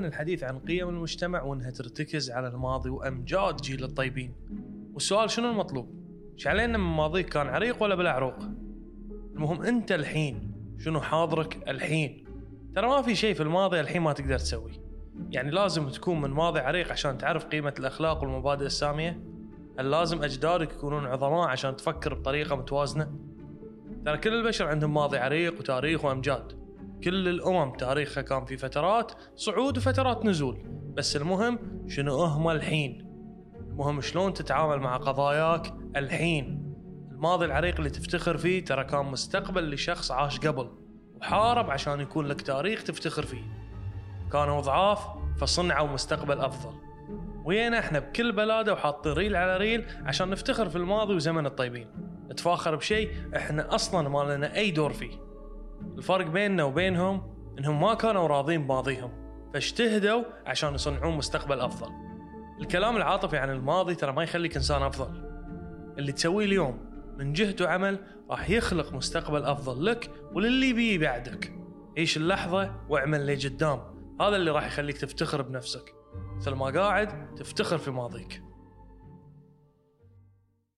الحديث عن قيم المجتمع وانها ترتكز على الماضي وامجاد جيل الطيبين. والسؤال شنو المطلوب؟ ايش علينا من ماضيك كان عريق ولا بلا عروق؟ المهم انت الحين شنو حاضرك الحين. ترى ما في شيء في الماضي الحين ما تقدر تسويه. يعني لازم تكون من ماضي عريق عشان تعرف قيمة الأخلاق والمبادئ السامية؟ هل لازم أجدادك يكونون عظماء عشان تفكر بطريقة متوازنة؟ ترى كل البشر عندهم ماضي عريق وتاريخ وأمجاد. كل الأمم تاريخها كان في فترات صعود وفترات نزول. بس المهم شنو هم الحين. المهم شلون تتعامل مع قضاياك الحين. الماضي العريق اللي تفتخر فيه ترى كان مستقبل لشخص عاش قبل وحارب عشان يكون لك تاريخ تفتخر فيه. كانوا ضعاف فصنعوا مستقبل أفضل. ويانا احنا بكل بلادة وحاطين ريل على ريل عشان نفتخر في الماضي وزمن الطيبين، نتفاخر بشيء احنا أصلا ما لنا أي دور فيه. الفرق بيننا وبينهم انهم ما كانوا راضين بماضيهم فاجتهدوا عشان يصنعون مستقبل أفضل. الكلام العاطفي عن الماضي ترى ما يخليك إنسان أفضل. اللي تسويه اليوم من جهد وعمل راح يخلق مستقبل أفضل لك وللي بيه بعدك. عيش اللحظة واعمل لي قدام. هذا اللي راح يخليك تفتخر بنفسك مثل ما قاعد تفتخر في ماضيك.